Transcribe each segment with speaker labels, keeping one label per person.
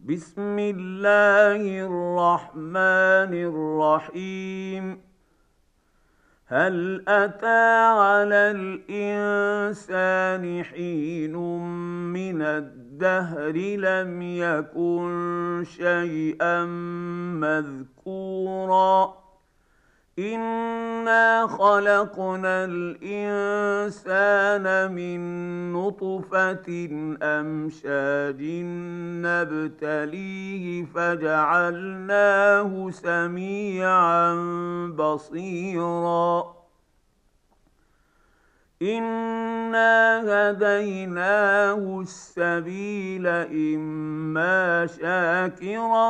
Speaker 1: بسم الله الرحمن الرحيم. هل أتى على الإنسان حين من الدهر لم يكن شيئا مذكورا إنا خلقنا الإنسان من نطفة أمشاج نبتليه فجعلناه سميعا بصيرا إنا هديناه السبيل إما شاكرا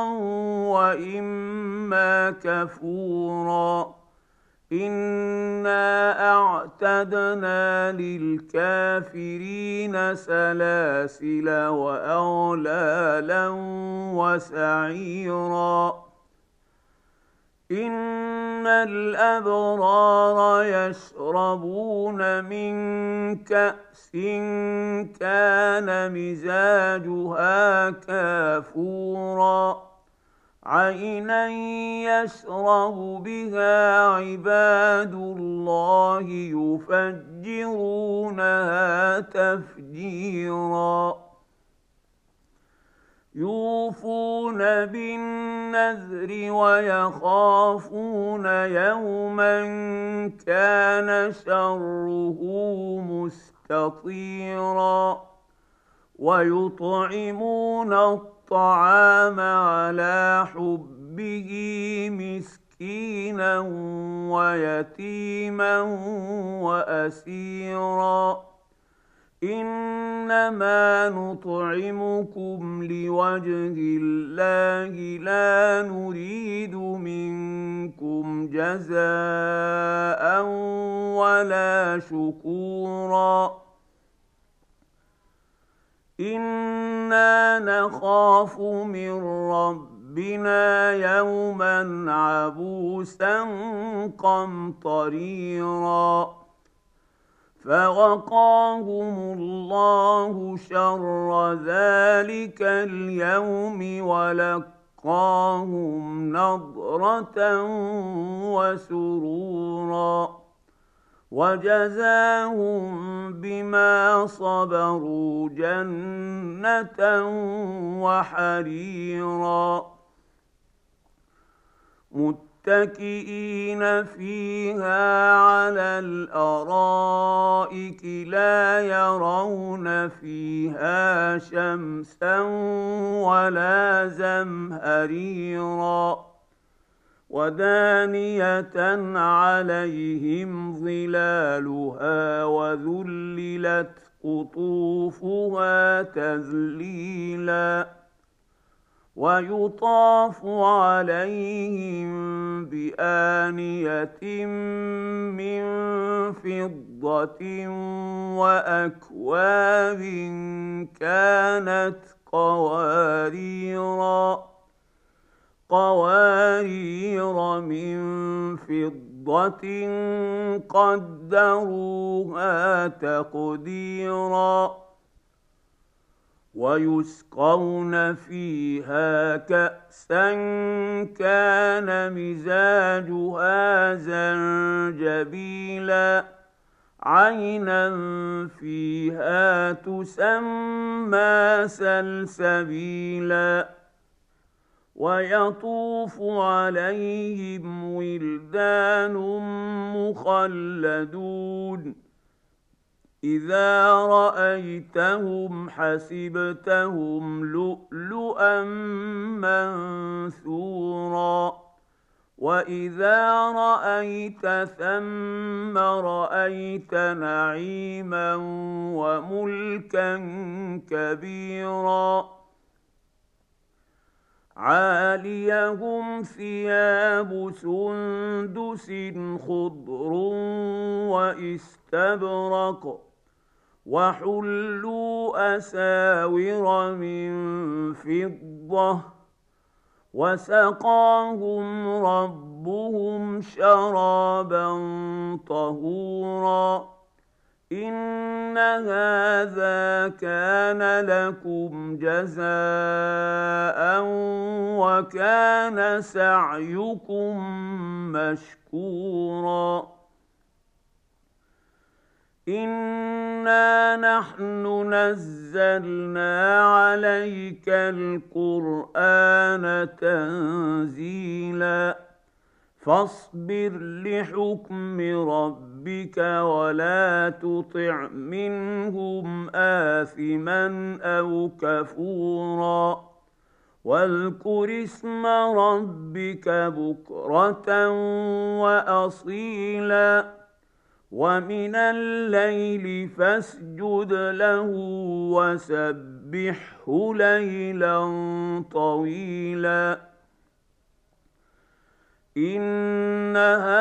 Speaker 1: وإما كفورا إنا أعتدنا للكافرين سلاسل وأغلالا وسعيرا إن الأبرار يشربون من كأس كان مزاجها كافورا عينا يشرب بها عباد الله يفجرونها تفجيرا يوفون بالنذر ويخافون يوما كان شره مستطيرا ويطعمون الطعام على حبه مسكينا ويتيما وأسيرا إنما نطعمكم لوجه الله لا نريد منكم جزاء ولا شكورا إنا نخاف من ربنا يوما عبوسا قمطريرا فوقاهم الله شر ذلك اليوم ولقاهم نضرة وسرورا وجزاهم بما صبروا جنة وحريرا متكئين فيها على الأرائك لا يرون فيها شمسا ولا زمهريرا ودانية عليهم ظلالها وذللت قطوفها تذليلا ويطاف عليهم بآنية من فضة وأكواب كانت قوارير من فضة قدروها تقديرا ويسقون فيها كأسا كان مزاجها زنجبيلا عينا فيها تسمى سلسبيلا ويطوف عليهم ولدان مخلدون إذا رأيتهم حسبتهم لؤلؤا منثورا وإذا رأيت ثم رأيت نعيما وملكا كبيرا عاليهم ثياب سندس خضر واستبرق وحلوا أساور من فضة وسقاهم ربهم شرابا طهورا إن هذا كان لكم جزاء وكان سعيكم مشكورا إنا نحن نزلنا عليك القرآن تنزيلا فاصبر لحكم ربك ولا تطع منهم آثما أو كفورا واذكر اسم ربك بكرة وأصيلا ومن الليل فاسجد له وسبحه ليلا طويلا إن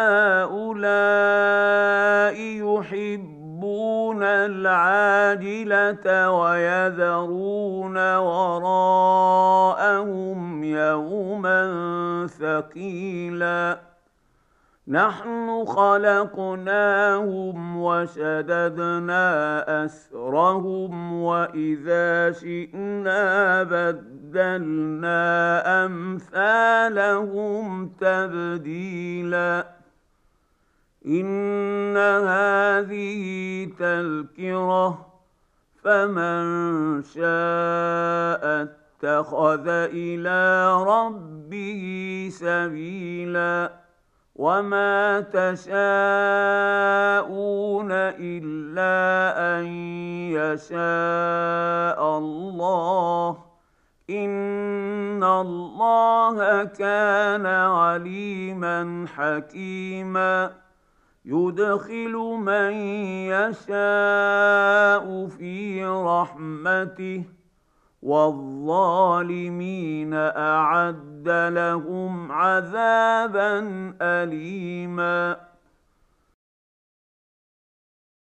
Speaker 1: هؤلاء يحبون العاجلة ويذرون وراءهم يوما ثقيلا نحن خلقناهم وشددنا أسرهم وإذا شئنا بدلنا أمثالهم تبديلا إن هذه تذكرة فمن شاء اتخذ إلى ربه سبيلا وما تشاءون إلا أن يشاء الله إن الله كان عليما حكيما يدخل من يشاء في رحمته والظالمين أعد لهم عذابا أليما